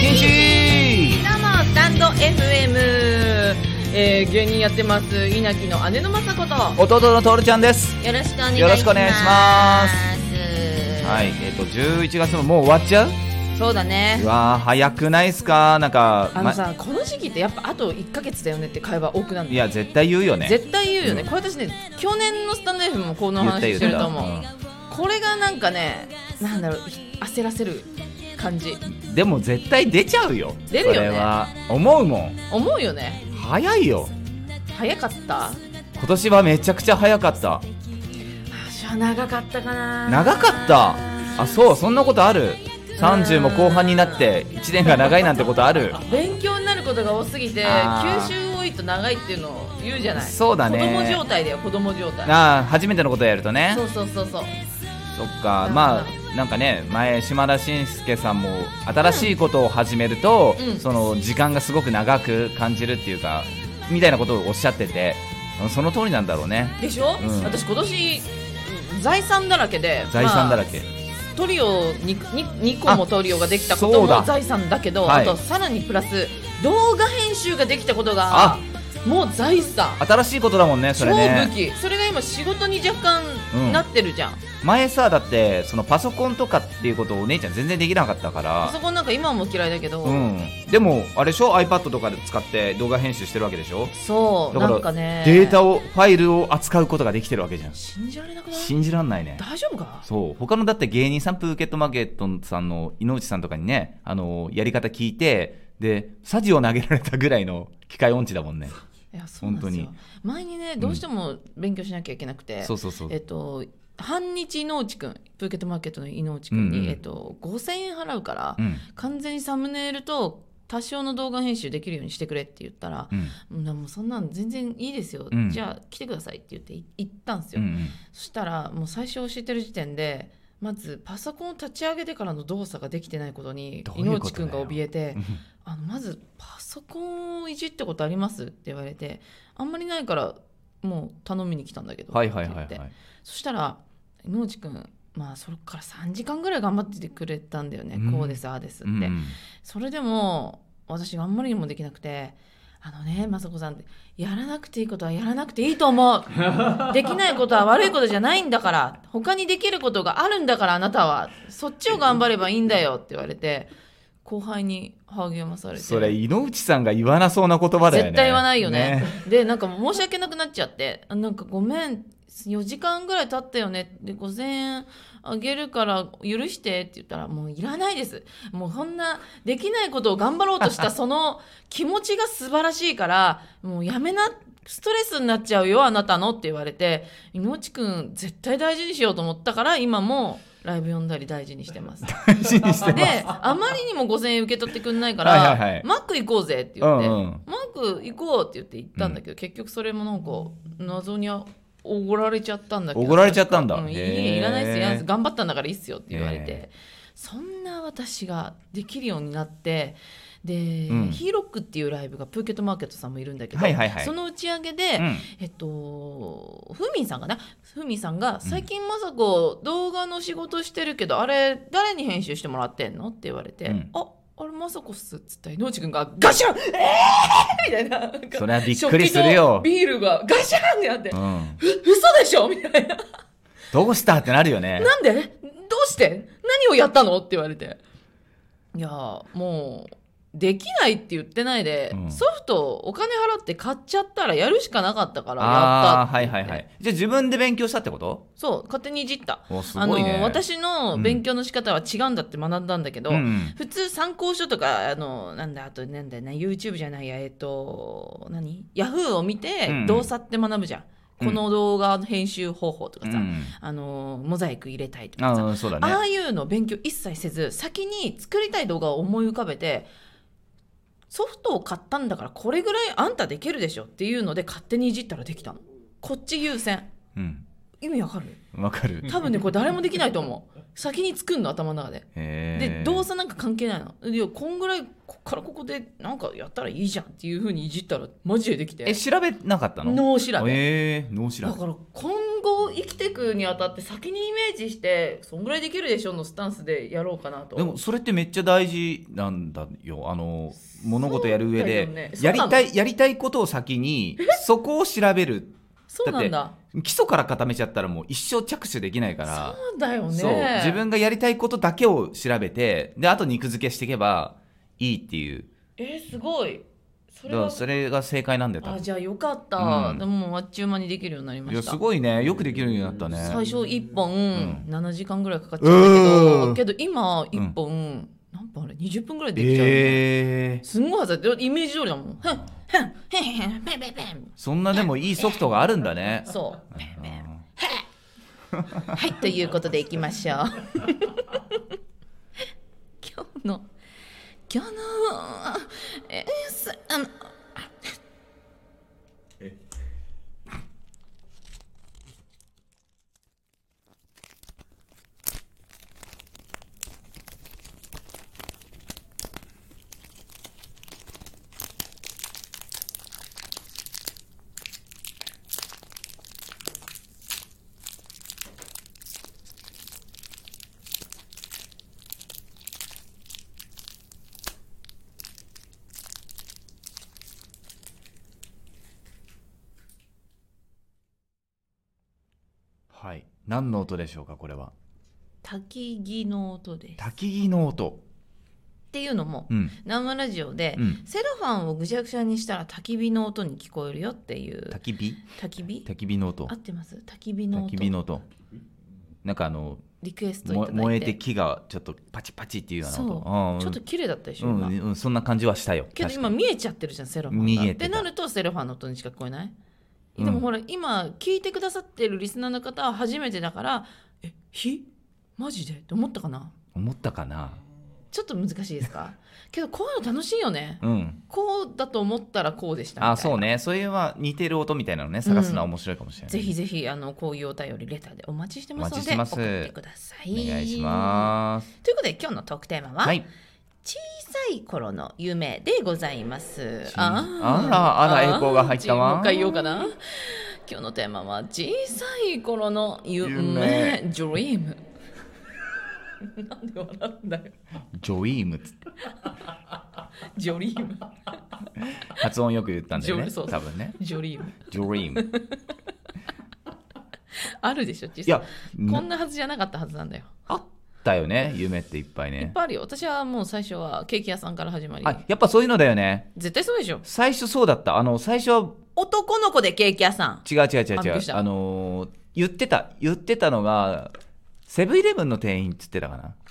禁止。 どうもスタンド FM、芸人やってます稲城の姉の雅子と弟のトールちゃんです。 よろしくお願いします。 よろしくお願いします。はい、11月ももう終わっちゃう。 そうだね。 うわー早くないっすか。なんかさ、この時期ってやっぱあと1ヶ月だよねって会話多くなる。 いや絶対言うよね。 絶対言うよね、これ私ね去年のスタンド FM もこの話してると思う。これがなんかね、なんだろう、焦らせる感じ。 でも絶対出ちゃうよ。 出るよね。 それは思うもん。 思うよね。 早いよ。 早かった。 今年はめちゃくちゃ早かった。 私は長かったかな。 長かった。あ、そう、そんなことある。30も後半になって1年が長いなんてことある。 勉強になることが多すぎて吸収多いと長いっていうのを言うじゃない。 そうだね。 子供状態だよ、子供状態。 初めてのことをやるとね。 そうそうそうそう。 そっか。まあなんかね、前島田紳介さんも新しいことを始めると、その時間がすごく長く感じるっていうかみたいなことをおっしゃってて、その通りなんだろうね。 でしょ、私今年財産だらけで、 財産だらけ、 トリオ 2個もトリオができたことも財産だけど、あとさらにプラス動画編集ができたことがもう財産。 新しいことだもんね、それね。 超武器。それが今仕事に若干なってるじゃん。 前さ、だってそのパソコンとかっていうことをお姉ちゃん全然できなかったから。 パソコンなんか今も嫌いだけど、 でもあれでしょ、 iPad とかで使って動画編集してるわけでしょ。 そうだからなんかね、 データをファイルを扱うことができてるわけじゃん。 信じられなくない？ 信じらんないね。 大丈夫か。 そう、他のだって芸人さん、プーケットマーケットさんの井内さんとかにね、やり方聞いて、でサジを投げられたぐらいの機械音痴だもんね。 いや、そうなんですよ。前にね、どうしても勉強しなきゃいけなくて、半日井内くん、プーケットマーケットの井内くんに、5000円払うから、完全にサムネイルと多少の動画編集できるようにしてくれって言ったら、もうそんなん全然いいですよ、じゃあ来てくださいって言って行ったんですよ。そしたらもう最初教えてる時点でまずパソコンを立ち上げてからの動作ができてないことに井内くんが怯えて、まずパソコンをいじったことありますって言われて、あんまりないからもう頼みに来たんだけどって言って、そしたら井内くん、それから3時間ぐらい頑張っててくれたんだよね、こうですああですって、それでも私があんまりにもできなくて、雅子さんって、やらなくていいことはやらなくていいと思うできないことは悪いことじゃないんだから、他にできることがあるんだから、あなたはそっちを頑張ればいいんだよって言われて、後輩に励まされて。それ井内さんが言わなそうな言葉だよね。 絶対言わないよ ね。でなんか申し訳なくなっちゃって、なんかごめん4時間ぐらい経ったよねで5000円あげるから許してって言ったら、もういらないです、もうそんなできないことを頑張ろうとしたその気持ちが素晴らしいからもうやめな、ストレスになっちゃうよあなたのって言われて、井内くん絶対大事にしようと思ったから、今もライブ読んだり大事にしてます大事にしてます。 であまりにも5000円受け取ってくんないから、マック行こうぜって言って、マック行こうって言って行ったんだけど、結局それもなんか謎におごられちゃったんだけど。 おごられちゃったんだ。 いらないっすよ、頑張ったんだからいいっすよって言われて、そんな私ができるようになって、で、ヒーロックっていうライブがプーケットマーケットさんもいるんだけど、その打ち上げで、ふみんさんがね、ふみんさんが最近雅子動画の仕事してるけど、あれ誰に編集してもらってんのって言われて、あれ雅子っすっつったら井内くんがガシャンみたいな、 それはびっくりするよ。 ビールがガシャンってなって、嘘でしょみたいな、 どうしたってなるよね。 なんでどうして何をやったのって言われて、いやもうできないって言ってないで、ソフトお金払って買っちゃったらやるしかなかったからやったって。じゃあ自分で勉強したってこと？ そう、勝手にいじった。 すごいね。 私の勉強の仕方は違うんだって学んだんだけど、普通参考書とかあとなんだよな YouTube じゃないやYahoo を見て動作って学ぶじゃん。この動画の編集方法とかさ、モザイク入れたいとかさ、 そうだね、 ああいうの勉強一切せず、先に作りたい動画を思い浮かべて、ソフトを買ったんだからこれぐらいあんたできるでしょっていうので勝手にいじったらできたの。こっち優先、 意味わかる？ わかる。 多分ねこれ誰もできないと思う。先に作るの頭の中で。で動作なんか関係ないの。いやこんぐらいこっからここでなんかやったらいいじゃんっていう風にいじったらマジでできて。 調べなかったの？ 脳調べ。 脳調べ。 だから今後生きていくにあたって先にイメージしてそんぐらいできるでしょのスタンスでやろうかなと。 でもそれってめっちゃ大事なんだよ。物事やる上で、ね、やりたいことを先にそこを調べる。 そうなんだ。 基礎から固めちゃったらもう一生着手できないから。 そうだよね。 そう自分がやりたいことだけを調べて、であと肉付けしていけばいいっていう。 すごい。 それが正解なんだよ。 じゃあよかった、でもあっちゅう間にできるようになりました。 いやすごいね、よくできるようになったね。 最初1本、7時間ぐらいかかっちゃったけど今1本、何分あれ20分ぐらいできちゃうね。すんごいはずだ。イメージ通りだもん。 そんなでもいいソフトがあるんだね。 そうはいということでいきましょう今日のはい、何の音でしょうかこれは。 焚き木の音です。 焚き木の音っていうのも、生ラジオで、セロファンをぐちゃぐちゃにしたら焚き火の音に聞こえるよっていう。 焚き火焚き火の音合ってます？焚き火の音。 焚き火の音。なんかリクエストいただいて燃えて木がちょっとパチパチっていうような音。 ちょっと綺麗だったでしょ今。 そんな感じはしたよ。 けど今見えちゃってるじゃんセロファンが。ってなるとセロファンの音にしか聞こえない。でもほら今聞いてくださってるリスナーの方は初めてだから火マジでって思ったかな。ちょっと難しいですかけどこういうの楽しいよね、こうだと思ったらこうでしたみたいな。 そうね、そういう似てる音みたいなのね探すのは面白いかもしれない、 ぜひぜひこういうお便りレターでお待ちしてますので送ってください。 お願いします。 ということで今日のトークテーマは、小さい頃の夢でございます。 あら栄光が入ったわ。 もう一回言おうかな。今日のテーマは小さい頃の夢ドリームなんで笑うんだよ。 ジョイームっつってジョリーム発音よく言ったんだよね多分ね。 ジョリームジョリームあるでしょ実際。こんなはずじゃなかったはずなんだよ。 あったよね夢っていっぱいね。 いっぱいあるよ。私はもう最初はケーキ屋さんから始まり。 やっぱそういうのだよね。 絶対そうでしょ。 最初そうだった。最初は男の子でケーキ屋さん。 違う言ってたのがセブンイレブンの店員っつってたかな。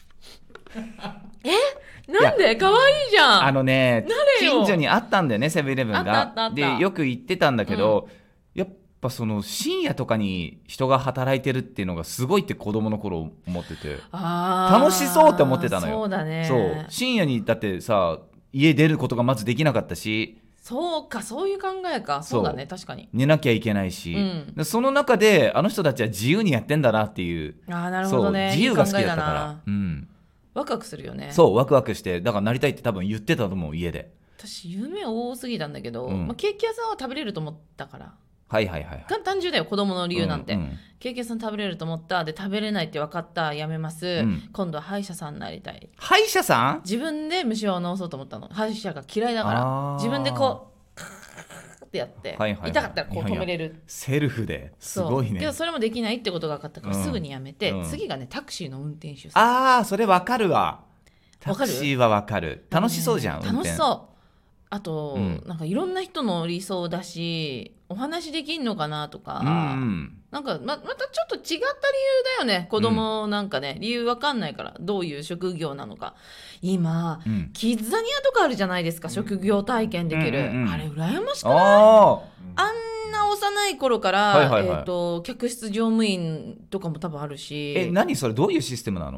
なんでかわいいじゃん。 近所にあったんだよねセブンイレブンが。でよく行ってたんだけど、やっぱその深夜とかに人が働いてるっていうのがすごいって子供の頃思ってて、楽しそうって思ってたのよ。 そうだね。 そう深夜にだってさ家出ることがまずできなかったし。 そうかそういう考えか。そうだね確かに。 寝なきゃいけないし、その中であの人たちは自由にやってんだなっていう。 なるほどね。 自由が好きだったから。 ワクワクするよね。 そうワクワクしてだからなりたいって多分言ってたと思う家で。 私夢多すぎたんだけど、ケーキ屋さんは食べれると思ったから。単純だよ子供の理由なんて、ケーキ屋さん食べれると思った。で食べれないって分かった。やめます、今度は歯医者さんになりたい。 歯医者さん？ 自分で虫歯を治そうと思ったの。歯医者が嫌いだから自分でこうカーってやって、痛かったらこう止めれる。 セルフですごいね。 けどそれもできないってことが分かったからすぐにやめて、次がねタクシーの運転手さん。それ分かるわ。タクシーは分かる。楽しそうじゃん、 楽しそう。あと、なんかいろんな人の理想だしお話できんのかなとか、なんか またちょっと違った理由だよね子供なんかね、理由わかんないからどういう職業なのか。今、キッザニアとかあるじゃないですか、職業体験できる、あれ羨ましくない？あんな幼い頃から、客室乗務員とかも多分あるし。 何それどういうシステムなの？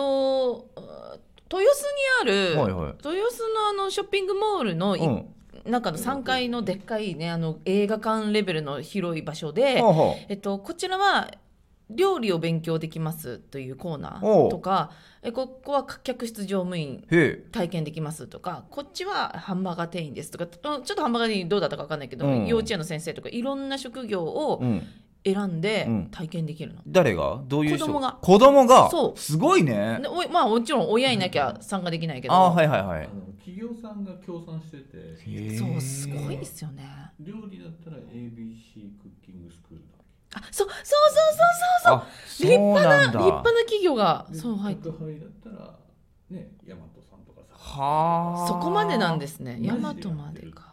豊洲にある、豊洲のショッピングモールの中の3階のでっかいね映画館レベルの広い場所で、こちらは料理を勉強できますというコーナーとか、ここは客室乗務員体験できますとか、こっちはハンバーガー店員ですとか、ちょっとハンバーガー店員どうだったか分かんないけど、幼稚園の先生とかいろんな職業を選んで体験できるの。 誰がどういう人？ 子供がそうすごいね。 まあもちろん親いなきゃ参加できないけど、 はいはいはい、 企業さんが協賛してて、 そうすごいですよね。 料理だったら ABC クッキングスクールだ。 そう立派な企業がそう入って。 宅配だったらね、ヤマトさんとかさ。 はあ。 そこまでなんですね。ヤマトまでか。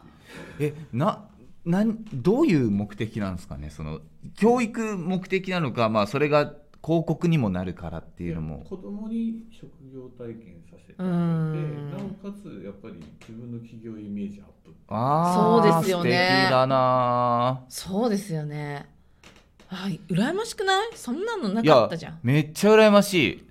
どういう目的なんですかね。その教育目的なのか、まあそれが広告にもなるからっていうのも。 子供に職業体験させてあげて、なおかつやっぱり自分の企業イメージアップ。 そうですよね。 素敵だな。 そうですよね。羨ましくない？そんなのなかったじゃん。 めっちゃ羨ましい。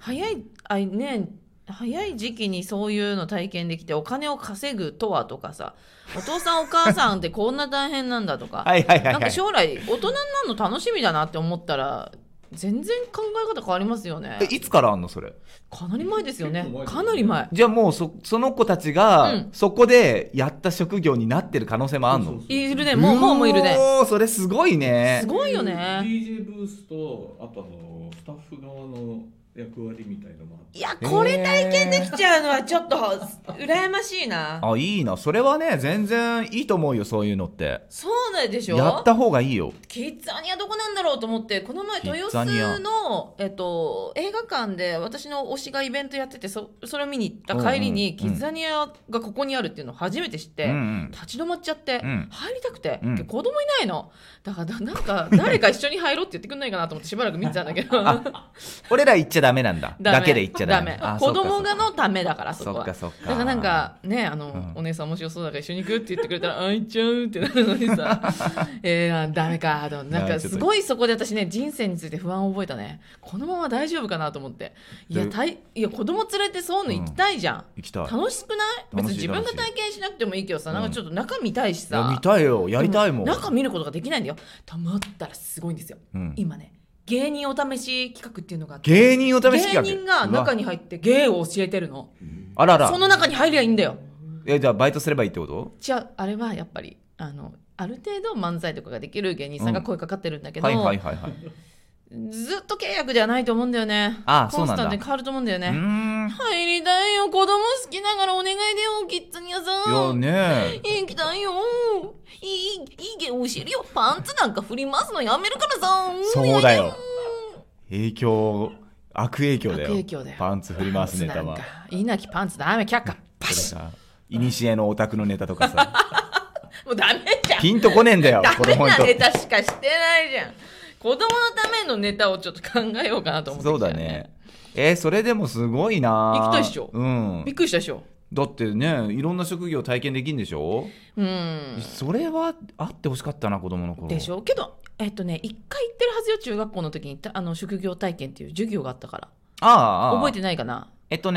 早い時期にそういうの体験できて、お金を稼ぐとはとかさ、お父さんお母さんってこんな大変なんだとかなんか将来大人になるの楽しみだなって思ったら全然考え方変わりますよね。 いつからあんのそれ？ かなり前ですよね。かなり前。 じゃあもうその子たちが、そこでやった職業になってる可能性もあんの？ いるね。もういるね。 それすごいね。 すごいよね。 DJ ブースとあとスタッフ側の役割みたいなのもあって、 いやこれ体験できちゃうのはちょっと羨ましいな。 いいな。それはね全然いいと思うよ。そういうのってそうなんでしょ。 やった方がいいよ。 キッザニアどこなんだろうと思って、この前豊洲の、映画館で私の推しがイベントやってて、それを見に行った帰りに、キッザニアがここにあるっていうのを初めて知って、立ち止まっちゃって、入りたくて、子供いないのだからなんか誰か一緒に入ろうって言ってくんないかなと思ってしばらく見てたんだけど俺ら行っちゃダメなんだ。だけで行っちゃダメ。 子供がのためだから、そこは。 そっかだからなんかね、お姉さん面白そうだから一緒に行くって言ってくれたら行っちゃうってなるのにさダメかと。なんかすごいそこで私ね、人生について不安を覚えたね。このまま大丈夫かなと思って。いや子供連れてそういうの行きたいじゃん。 行きたい。 楽しくない？別に自分が体験しなくてもいいけどさ、なんかちょっと中見たいしさ。 見たいよ。やりたいもん。 中見ることができないんだよ。と思ったらすごいんですよ。今ね、芸人お試し企画っていうのがあって、 芸人お試し企画、 芸人が中に入って芸を教えてるの。 あらら。 その中に入りゃいいんだよ。 じゃあバイトすればいいってこと？ 違う、あれはやっぱりある程度漫才とかができる芸人さんが声かかってるんだけど、ずっと契約ではないと思うんだよね。コンスタントに変わると思うんだよね。入りたいよ。子供好きながらお願いでよ、キッザニアさん。いやね、行きたいよ。いい芸教えるよ。パンツなんか振り回すのやめるからさ。 そうだよ。悪影響だよ。パンツ振り回すネタは。 稲城パンツダメ、却下。パシッ。 いにしえのオタクのネタとかさもうダメじゃん。 ピンとこねえんだよ。 ダメなネタしかしてないじゃん。子供のためのネタをちょっと考えようかなと思ってきたよね。そうだね。それでもすごいな。 行きたいっしょ。びっくりしたでしょ。 だってね、いろんな職業体験できるんでしょ。それはあってほしかったな、子供の頃でしょ。けど一回行ってるはずよ。中学校の時に職業体験っていう授業があったから。覚えてないかな。 行った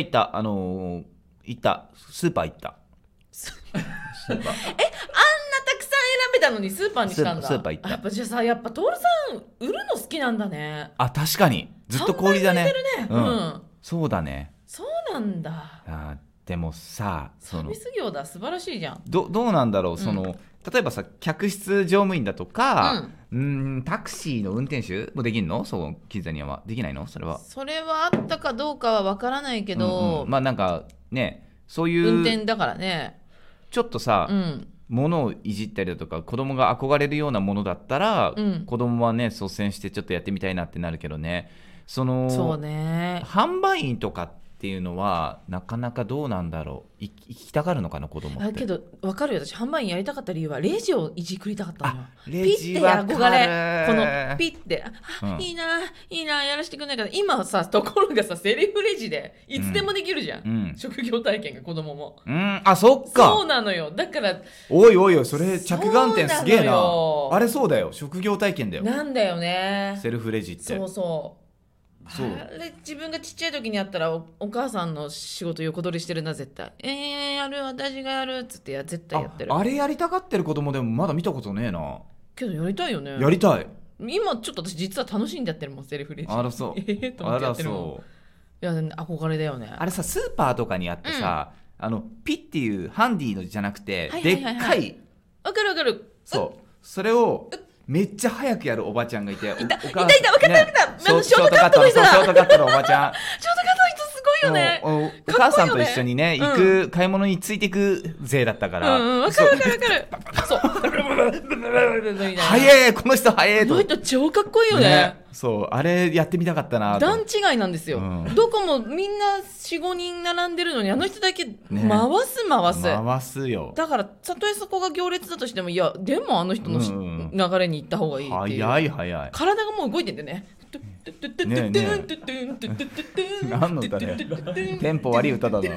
スーパー行った。 あんなたくさん選べたのにスーパーにしたんだ。 スーパー行った。 やっぱじゃあさ、やっぱ徹さん売るの好きなんだね。 確かにずっと氷だね。そうだね。 そうなんだ。 でもさ、 サービス業だ。素晴らしいじゃん。 どうなんだろう。例えばさ、客室乗務員だとか、タクシーの運転手もできるの？そう、キッザニアはできないの？それはあったかどうかは分からないけど、 まあなんかね、そういう運転だからね。 ちょっとさ、物をいじったりだとか、子供が憧れるようなものだったら、子供はね率先してちょっとやってみたいなってなるけどね。 そうね。 販売員とかっていうのはなかなかどうなんだろう。行きたがるのかな、子供って。 けど分かるよ。私販売員やりたかった理由はレジをいじくりたかったのよ。 レジはピッて憧れ。このピッていいなやらせてくれないから。今さ、ところがさ、セリフレジでいつでもできるじゃん、職業体験が。子供もそっか。 そうなのよ。だからおいそれ着眼点すげえな。あれそうだよ、職業体験だよ。 なんだよね、 セルフレジって。 そうあれ自分がちっちゃい時にやったら お母さんの仕事横取りしてるな絶対。やる、私がやるっつって絶対やってる。 あれやりたがってる子供でもまだ見たことねえな。 けどやりたいよね。 やりたい。 今ちょっと私実は楽しんでやってるもんセルフレジ。 あらそう。 と思ってやってるもん。いや憧れだよね。 あれさスーパーとかにあってさ、ピッっていうハンディのじゃなくて、でっかい。 わかるわかる。 そうそれをめっちゃ早くやるおばちゃんがいて、 いた分かった分かった、 ショートカットの人だ。ショートカットのおばちゃん。 ショートカットの人すごいよね。 お母さんと一緒にね行く買い物についていく勢だったから。 わかるわかるわかる。そう。 早いこの人早いと。 この人超かっこいいよね。 そうあれやってみたかったな。 段違いなんですよ。どこもみんな 4,5 人並んでるのにあの人だけ回すよ。だからたとえそこが行列だとしても、いやでもあの人の流れに行った方がいいっていう。 早い体がもう動いてんだよね。 何の歌だよ。テンポ悪い歌だな。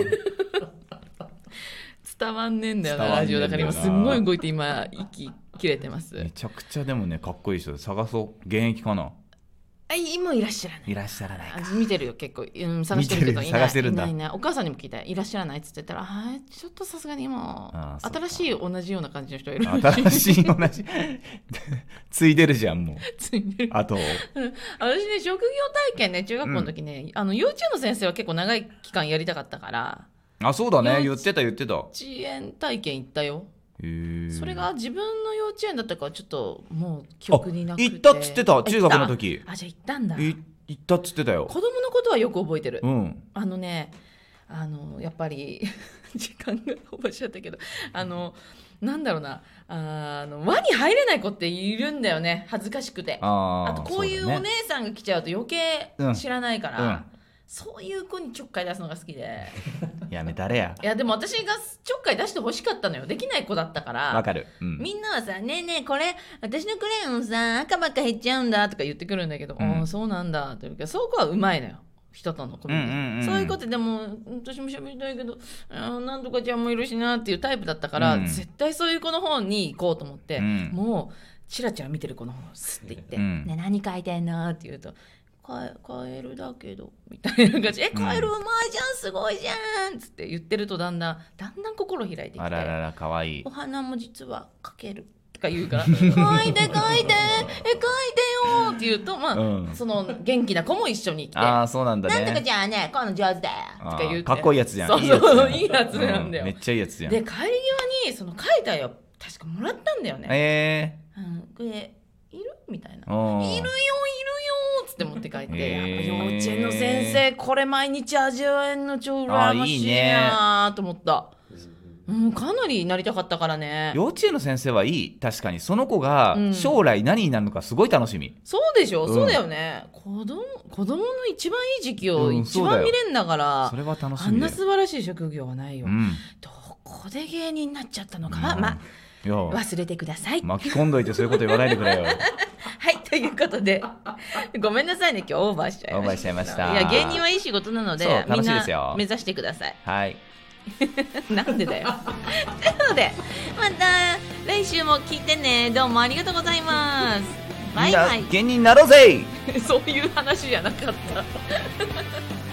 伝わんねえんだよなラジオだから今すんごい動いて今息切れてます。 めちゃくちゃでもねかっこいい人探そう。現役かな。 今いらっしゃらない。 いらっしゃらないか。 見てるよ結構、探してるけどいない。お母さんにも聞いた。いらっしゃらないっつってたら、ちょっとさすがにもう新しい同じような感じの人いる。 新しい同じついでるじゃんもう。 ついでる。 あと私ね職業体験ね中学校の時ね、幼稚園の先生は結構長い期間やりたかったから。 あそうだね言ってた。幼稚園体験行ったよ。それが自分の幼稚園だったからちょっともう記憶になくて。 行ったっつってた中学の時。 じゃあ行ったんだ。 行ったっつってたよ。 子供のことはよく覚えてる。やっぱり時間がオーバーしちゃったけどなんだろうな輪に入れない子っているんだよね恥ずかしくて。あとこういうお姉さんが来ちゃうと余計知らないから、そういう子にちょっかい出すのが好きで。 やめたれや。 いやでも私がちょっかい出してほしかったのよ。できない子だったから。 わかる、 みんなはさねえねえこれ私のクレヨンさ赤ばっか減っちゃうんだとか言ってくるんだけど、そうなんだというかそういう子はうまいのよ人とのコミュニケーション。そういう子ってでも私も喋りたいけどなんとかちゃんもいるしなっていうタイプだったから、絶対そういう子の方に行こうと思って、もうチラチラ見てる子の方スッて言って、ね何書いてんのって言うとカエルだけどみたいな感じ。カエルうまいじゃんすごいじゃんつって言ってるとだんだん心開いてきて、 あらららかわいい。 お花も実は描けるとか言うから書いて書いてよって言うとその元気な子も一緒に行ってそうなんだね。 なんとかじゃあねこの上手だよとか言うてかっこいいやつじゃん。 そういいやつなんだよ。 めっちゃいいやつじゃん。 で帰り際にその書いたよ確かもらったんだよね。これいるみたいな。いるよつって持って帰って、幼稚園の先生これ毎日味わえんの超羨ましいなと思った。かなりなりたかったからね。 幼稚園の先生はいい。確かにその子が将来何になるのかすごい楽しみ。 そうでしょ、そうだよね。子供の一番いい時期を一番見れんだから、 それは楽しみ。 あんな素晴らしい職業はないよ。どこで芸人になっちゃったのかは忘れてください。 巻き込んどいてそういうこと言わないでくれよ。 はいということでごめんなさいね今日オーバーしちゃいました。いや芸人はいい仕事なのでみんな目指してください。 はいなんでだよということでまた来週も聞いてね。どうもありがとうございます。バイバイ。 みんな芸人になろうぜ。 そういう話じゃなかった